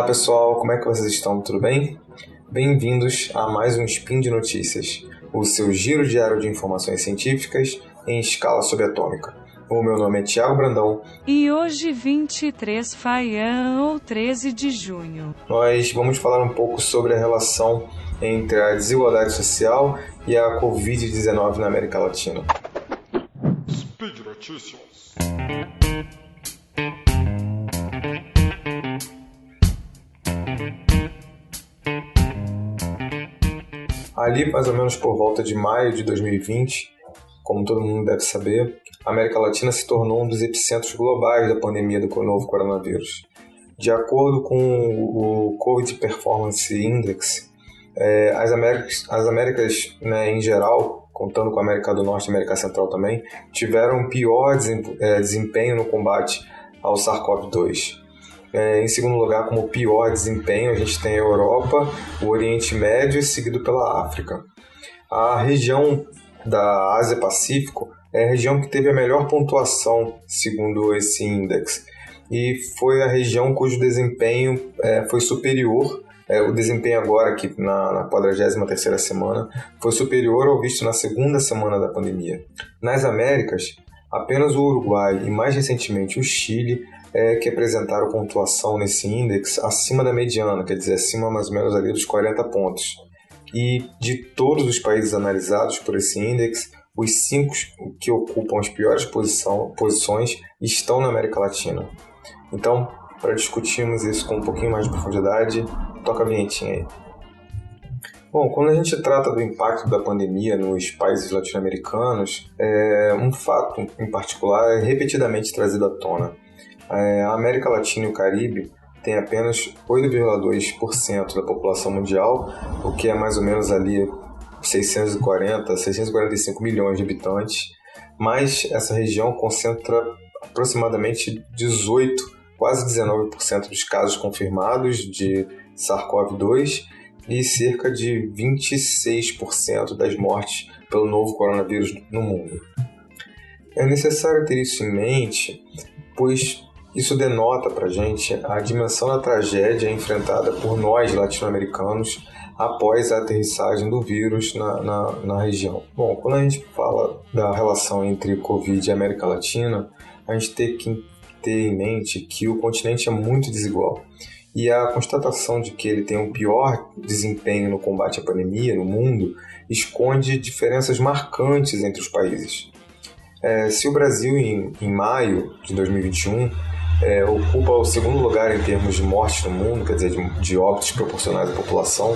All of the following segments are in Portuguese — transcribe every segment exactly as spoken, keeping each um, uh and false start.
pessoal, como é que vocês estão? Tudo bem? Bem-vindos a mais um Spin de Notícias, o seu giro diário de informações científicas em escala subatômica. O meu nome é Thiago Brandão. E hoje, vinte e três Faian, ou treze de junho, Nós vamos falar um pouco sobre a relação entre a desigualdade social e a covid dezenove na América Latina. Speed Notícias. Ali, mais ou menos por volta de maio de dois mil e vinte, como todo mundo deve saber, a América Latina se tornou um dos epicentros globais da pandemia do novo coronavírus. De acordo com o Covid Performance Index, eh, as Américas, as Américas né, em geral, contando com a América do Norte e a América Central também, tiveram pior desempenho no combate ao SARS-CoV dois. É, em segundo lugar, como pior desempenho, a gente tem a Europa, o Oriente Médio e seguido pela África. A região da Ásia-Pacífico é a região que teve a melhor pontuação, segundo esse índice, e foi a região cujo desempenho é, foi superior, é, o desempenho agora, aqui na, na quadragésima terceira semana, foi superior ao visto na segunda semana da pandemia. Nas Américas, apenas o Uruguai e, mais recentemente, o Chile é, que apresentaram pontuação nesse índice acima da mediana, quer dizer, acima mais ou menos ali dos quarenta pontos. E de todos os países analisados por esse índice, os cinco que ocupam as piores posição, posições estão na América Latina. Então, para discutirmos isso com um pouquinho mais de profundidade, toca a vinhetinha aí. Bom, quando a gente trata do impacto da pandemia nos países latino-americanos, é, um fato em particular é repetidamente trazido à tona. É, a América Latina e o Caribe tem apenas oito vírgula dois por cento da população mundial, o que é mais ou menos ali seiscentos e quarenta, seiscentos e quarenta e cinco milhões de habitantes, mas essa região concentra aproximadamente dezoito, quase dezenove por cento dos casos confirmados de SARS-CoV dois e cerca de vinte e seis por cento das mortes pelo novo coronavírus no mundo. É necessário ter isso em mente, pois isso denota para a gente a dimensão da tragédia enfrentada por nós latino-americanos após a aterrissagem do vírus na, na, na região. Bom, quando a gente fala da relação entre Covid e América Latina, a gente tem que ter em mente que o continente é muito desigual. E a constatação de que ele tem um pior desempenho no combate à pandemia no mundo esconde diferenças marcantes entre os países. É, se o Brasil, em, em maio de dois mil e vinte e um, é, ocupa o segundo lugar em termos de mortes no mundo, quer dizer, de, de óbitos proporcionais à população,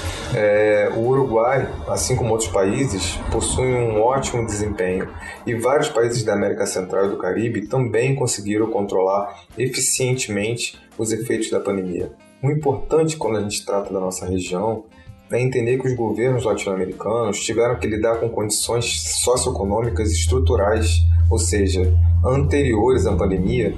é, o Uruguai, assim como outros países, possui um ótimo desempenho e vários países da América Central e do Caribe também conseguiram controlar eficientemente os efeitos da pandemia. O importante quando a gente trata da nossa região é entender que os governos latino-americanos tiveram que lidar com condições socioeconômicas estruturais, ou seja, anteriores à pandemia,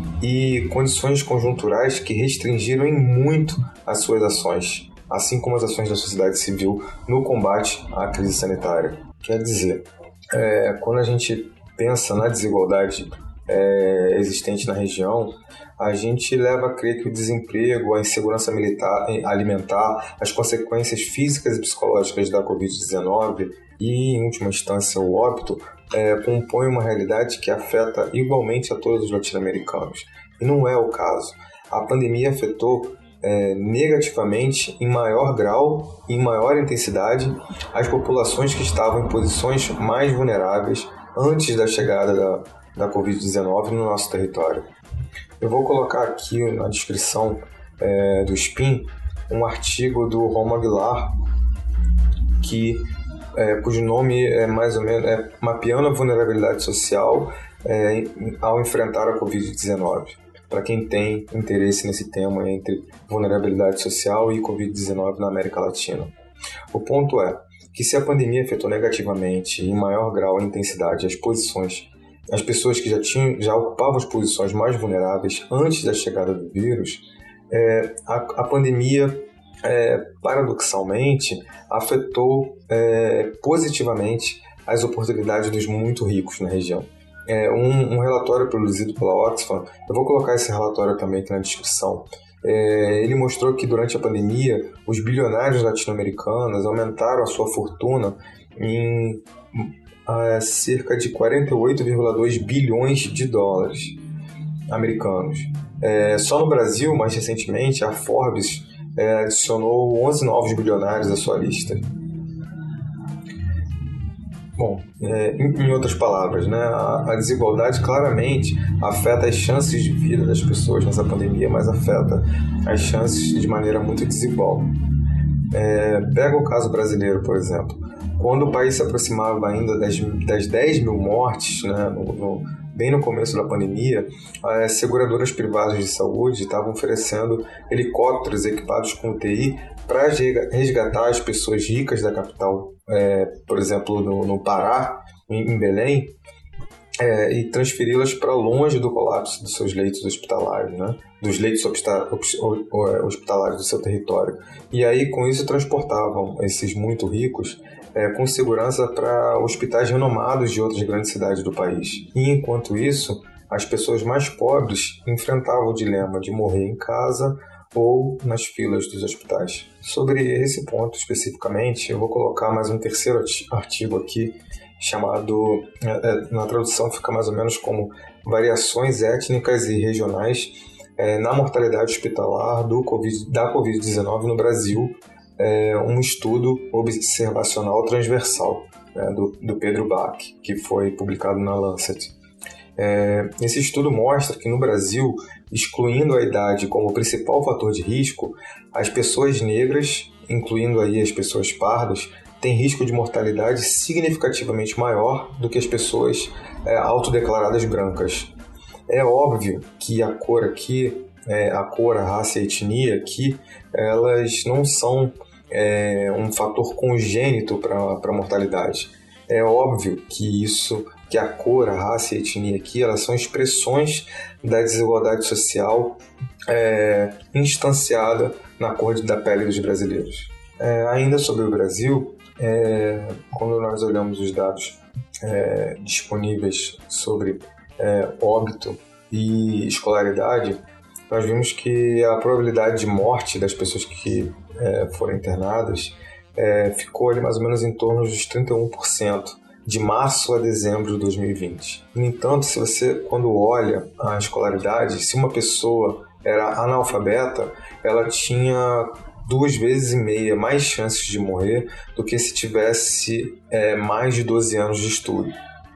e condições conjunturais que restringiram em muito as suas ações, assim como as ações da sociedade civil no combate à crise sanitária. Quer dizer, é, quando a gente pensa na desigualdade é, existente na região, a gente leva a crer que o desemprego, a insegurança militar, alimentar, as consequências físicas e psicológicas da covid dezenove e, em última instância, o óbito, é, compõem uma realidade que afeta igualmente a todos os latino-americanos. E não é o caso. A pandemia afetou é, negativamente, em maior grau e em maior intensidade, as populações que estavam em posições mais vulneráveis antes da chegada da, da covid dezenove no nosso território. Eu vou colocar aqui na descrição é, do Spin um artigo do Romo Aguilar, que, é, cujo nome é mais ou menos é Mapeando a Vulnerabilidade Social é, ao Enfrentar a covid dezenove. Para quem tem interesse nesse tema entre vulnerabilidade social e covid dezenove na América Latina. O ponto é que se a pandemia afetou negativamente e em maior grau e intensidade as posições as pessoas que já, tinham, já ocupavam as posições mais vulneráveis antes da chegada do vírus, é, a, a pandemia, é, paradoxalmente, afetou é, positivamente as oportunidades dos muito ricos na região. É, um, um relatório produzido pela Oxfam, eu vou colocar esse relatório também aqui na descrição, É, ele mostrou que durante a pandemia, os bilionários latino-americanos aumentaram a sua fortuna em a, cerca de quarenta e oito vírgula dois bilhões de dólares americanos. É, só no Brasil, mais recentemente, a Forbes é, adicionou onze novos bilionários à sua lista. Bom, é, em, em outras palavras, né, a, a desigualdade claramente afeta as chances de vida das pessoas nessa pandemia, mas afeta as chances de maneira muito desigual. É, pega o caso brasileiro, por exemplo. Quando o país se aproximava ainda das, das dez mil mortes, né, no, no, bem no começo da pandemia, as seguradoras privadas de saúde estavam oferecendo helicópteros equipados com U T I para resgatar as pessoas ricas da capital, é, por exemplo, no, no Pará, em, em Belém, é, e transferi-las para longe do colapso dos seus leitos hospitalares, né? Dos leitos hospitalares do seu território. E aí, com isso, transportavam esses muito ricos é, com segurança para hospitais renomados de outras grandes cidades do país. E, enquanto isso, as pessoas mais pobres enfrentavam o dilema de morrer em casa ou nas filas dos hospitais. Sobre esse ponto especificamente, eu vou colocar mais um terceiro artigo aqui, chamado, na tradução fica mais ou menos como Variações Étnicas e Regionais é, na Mortalidade Hospitalar do COVID, da covid dezenove no Brasil, é, um estudo observacional transversal, né, do, do Pedro Bach, que foi publicado na Lancet. É, esse estudo mostra que no Brasil, excluindo a idade como principal fator de risco, as pessoas negras, incluindo aí as pessoas pardas, têm risco de mortalidade significativamente maior do que as pessoas é, autodeclaradas brancas. É óbvio que a cor aqui, é, a cor, a raça e a etnia aqui, elas não são é, um fator congênito para a mortalidade. É óbvio que isso, que a cor, a raça e a etnia aqui, elas são expressões da desigualdade social é, instanciada na cor da pele dos brasileiros. É, ainda sobre o Brasil, é, quando nós olhamos os dados é, disponíveis sobre é, óbito e escolaridade, nós vimos que a probabilidade de morte das pessoas que é, foram internadas é, ficou ali mais ou menos em torno dos trinta e um por cento de março a dezembro de dois mil e vinte. No entanto, se você, quando olha a escolaridade, se uma pessoa era analfabeta, ela tinha duas vezes e meia mais chances de morrer do que se tivesse é, mais de doze anos de estudo,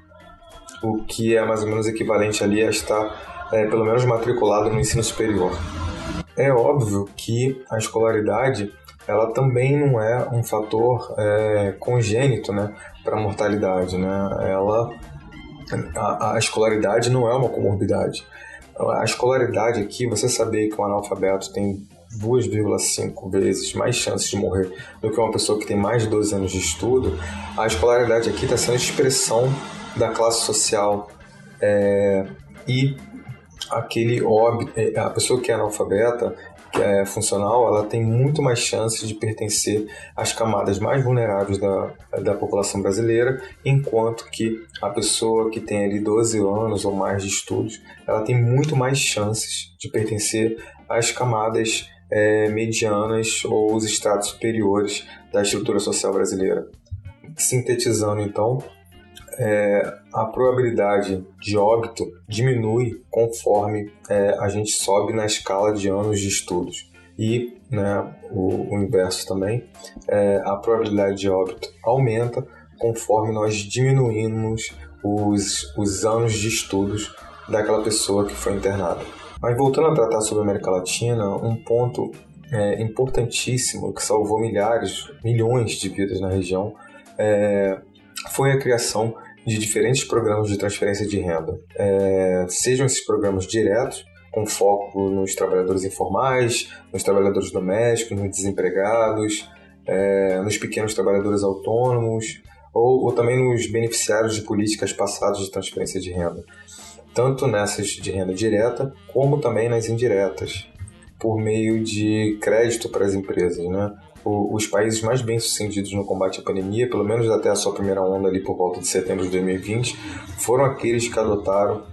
o que é mais ou menos equivalente ali a estar é, pelo menos matriculado no ensino superior. É óbvio que a escolaridade ela também não é um fator é, congênito, né, para a mortalidade, né? Ela, a, a escolaridade não é uma comorbidade. A escolaridade aqui, você saber que um analfabeto tem duas vírgula cinco vezes mais chances de morrer do que uma pessoa que tem mais de doze anos de estudo, a escolaridade aqui está sendo expressão da classe social é, e aquele óbito, a pessoa que é analfabeta, que é funcional, ela tem muito mais chances de pertencer às camadas mais vulneráveis da, da população brasileira, enquanto que a pessoa que tem ali doze anos ou mais de estudos, ela tem muito mais chances de pertencer às camadas é, medianas ou os estratos superiores da estrutura social brasileira. Sintetizando, então, É, a probabilidade de óbito diminui conforme é, a gente sobe na escala de anos de estudos. E, né, o, o inverso também, é, a probabilidade de óbito aumenta conforme nós diminuímos os, os anos de estudos daquela pessoa que foi internada. Mas voltando a tratar sobre a América Latina, um ponto é, importantíssimo que salvou milhares, milhões de vidas na região é, foi a criação de diferentes programas de transferência de renda. É, sejam esses programas diretos, com foco nos trabalhadores informais, nos trabalhadores domésticos, nos desempregados, é, nos pequenos trabalhadores autônomos, ou, ou também nos beneficiários de políticas passadas de transferência de renda, tanto nessas de renda direta, como também nas indiretas, por meio de crédito para as empresas, né? Os países mais bem-sucedidos no combate à pandemia, pelo menos até a sua primeira onda ali por volta de setembro de dois mil e vinte, foram aqueles que adotaram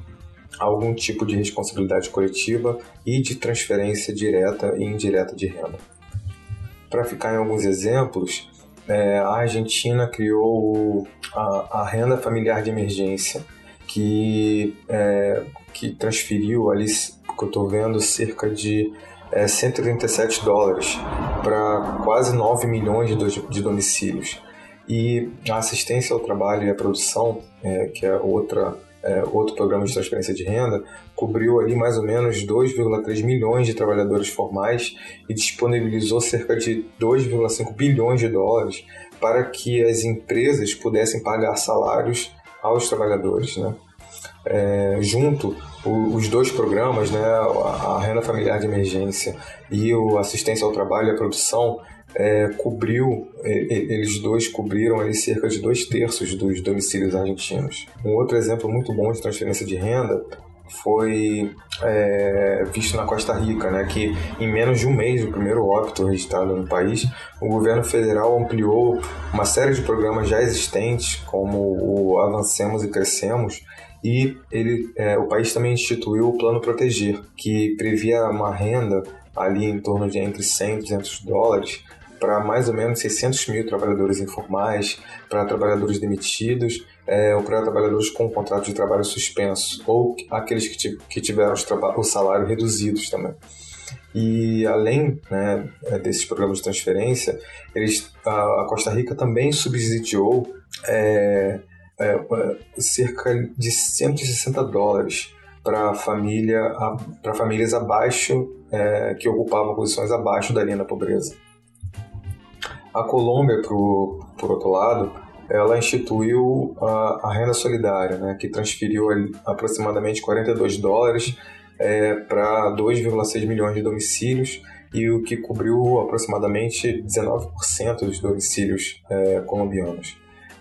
algum tipo de responsabilidade coletiva e de transferência direta e indireta de renda. Para ficar em alguns exemplos, é, a Argentina criou a, a renda familiar de emergência, que, é, que transferiu ali, que eu estou vendo, cerca de é, cento e trinta e sete dólares para quase nove milhões de, de domicílios. E a assistência ao trabalho e à produção, é, que é outra, é, outro programa de transferência de renda, cobriu ali mais ou menos dois vírgula três milhões de trabalhadores formais e disponibilizou cerca de dois vírgula cinco bilhões de dólares para que as empresas pudessem pagar salários aos trabalhadores, né? É, junto, o, os dois programas, né, a, a renda familiar de emergência e o assistência ao trabalho e à produção, é, cobriu, eles dois cobriram ali cerca de dois terços dos domicílios argentinos. Um outro exemplo muito bom de transferência de renda foi é, visto na Costa Rica, né, que em menos de um mês do primeiro óbito registrado no país, o governo federal ampliou uma série de programas já existentes, como o Avancemos e Crescemos, e ele, é, o país também instituiu o Plano Proteger, que previa uma renda ali em torno de entre cem e duzentos dólares para mais ou menos seiscentos mil trabalhadores informais, para trabalhadores demitidos, é, ou para trabalhadores com contrato de trabalho suspenso, ou aqueles que, que tiveram os traba- o salário reduzidos também. E além, né, desses programas de transferência, eles, a, a Costa Rica também subsidiou é, é, cerca de cento e sessenta dólares para família, para famílias abaixo, é, que ocupavam posições abaixo da linha da pobreza. A Colômbia, por, por outro lado, ela instituiu a, a renda solidária, né, que transferiu ali, aproximadamente quarenta e dois dólares é, para dois vírgula seis milhões de domicílios, e o que cobriu aproximadamente dezenove por cento dos domicílios é, colombianos.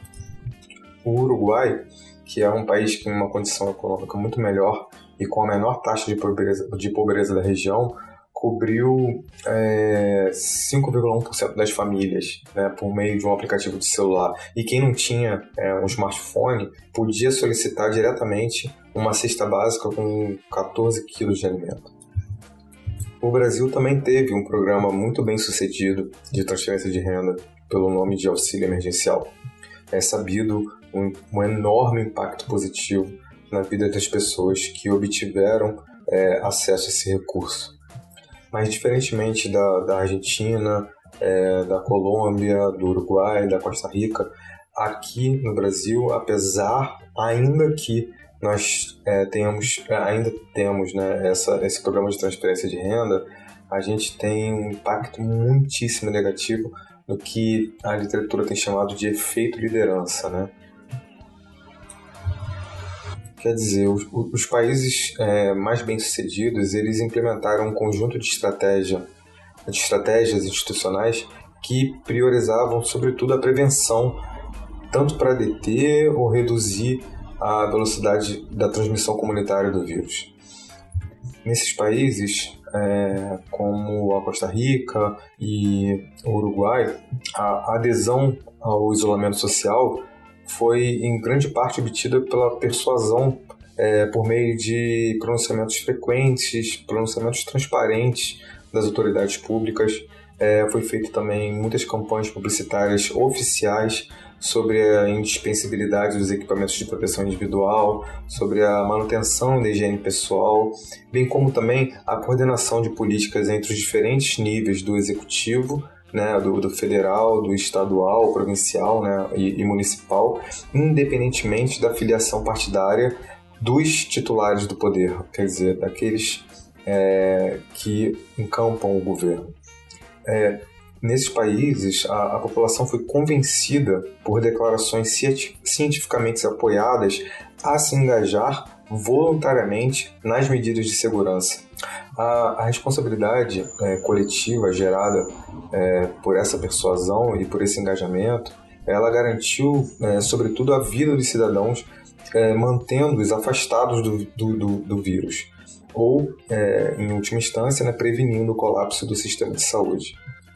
O Uruguai, que é um país que tem uma condição econômica muito melhor e com a menor taxa de pobreza, de pobreza da região, cobriu é, cinco vírgula um por cento das famílias, né, por meio de um aplicativo de celular. E quem não tinha é, um smartphone podia solicitar diretamente uma cesta básica com catorze quilos de alimento. O Brasil também teve um programa muito bem sucedido de transferência de renda pelo nome de auxílio emergencial. É sabido um, um enorme impacto positivo na vida das pessoas que obtiveram é, acesso a esse recurso. Mas diferentemente da, da Argentina, é, da Colômbia, do Uruguai, da Costa Rica, aqui no Brasil, apesar, ainda que nós é, tenhamos, ainda temos né, essa, esse programa de transferência de renda, a gente tem um impacto muitíssimo negativo no que a literatura tem chamado de efeito liderança, né? Quer dizer, os, os países é, mais bem-sucedidos, eles implementaram um conjunto de, estratégia, de estratégias institucionais que priorizavam, sobretudo, a prevenção, tanto para deter ou reduzir a velocidade da transmissão comunitária do vírus. Nesses países, é, como a Costa Rica e o Uruguai, a adesão ao isolamento social foi em grande parte obtida pela persuasão é, por meio de pronunciamentos frequentes, pronunciamentos transparentes das autoridades públicas. É, foi feito também muitas campanhas publicitárias oficiais sobre a indispensabilidade dos equipamentos de proteção individual, sobre a manutenção da higiene pessoal, bem como também a coordenação de políticas entre os diferentes níveis do executivo, né, do, do federal, do estadual, provincial, né, e, e municipal, independentemente da filiação partidária dos titulares do poder, quer dizer, daqueles é, que encampam o governo. É, nesses países, a, a população foi convencida por declarações cientificamente apoiadas a se engajar voluntariamente nas medidas de segurança. A, a responsabilidade é, coletiva gerada é, por essa persuasão e por esse engajamento, ela garantiu, é, sobretudo, a vida dos cidadãos, é, mantendo-os afastados do, do, do, do vírus, ou, é, em última instância, né, prevenindo o colapso do sistema de saúde.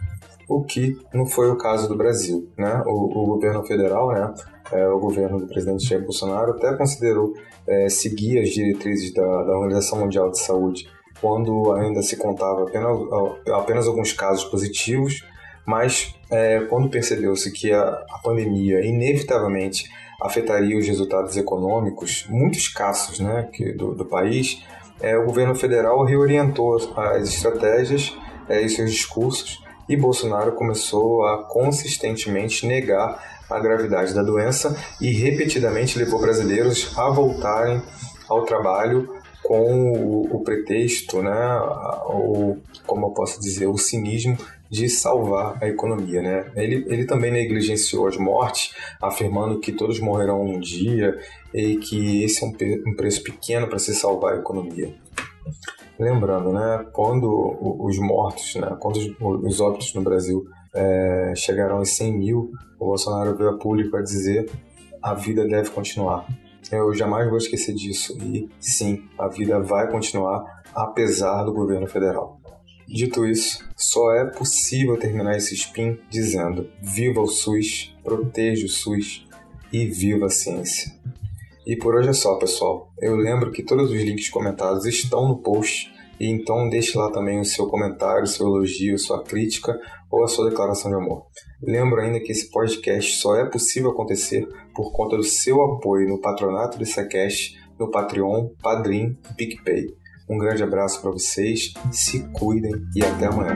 o que não foi o caso do Brasil, né? O, o governo federal, né? É, o governo do presidente Jair Bolsonaro até considerou é, seguir as diretrizes da, da Organização Mundial de Saúde quando ainda se contava apenas, apenas alguns casos positivos, mas é, quando percebeu-se que a, a pandemia inevitavelmente afetaria os resultados econômicos muito escassos, né, que, do, do país, é, o governo federal reorientou as estratégias é, e seus discursos, e Bolsonaro começou a consistentemente negar a gravidade da doença e repetidamente levou brasileiros a voltarem ao trabalho com o, o pretexto, né, o, como eu posso dizer, o cinismo de salvar a economia, né? Ele, ele também negligenciou as mortes, afirmando que todos morrerão um dia e que esse é um, um preço pequeno para se salvar a economia. Lembrando, né, quando os mortos, né, quando os, os óbitos no Brasil é, chegaram aos cem mil, o Bolsonaro veio a público a dizer: a vida deve continuar. Eu jamais vou esquecer disso. E sim, a vida vai continuar apesar do governo federal. Dito isso, só é possível terminar esse spin dizendo: viva o SUS, proteja o SUS e viva a ciência. E por hoje é só, pessoal. Eu lembro que todos os links comentados estão no post, e então deixe lá também o seu comentário, o seu elogio, sua crítica ou a sua declaração de amor. Lembro ainda que esse podcast só é possível acontecer por conta do seu apoio no patronato do SciCast, no Patreon, Padrim e PicPay. Um grande abraço para vocês, se cuidem e até amanhã.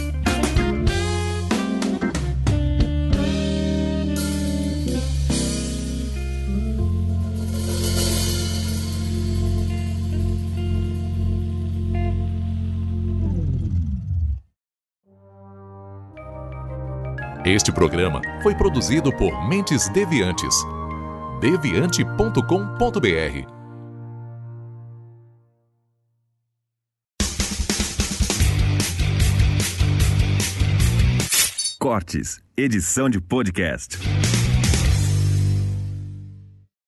Este programa foi produzido por Mentes Deviantes. deviante ponto com ponto b r. Cortes, edição de podcast.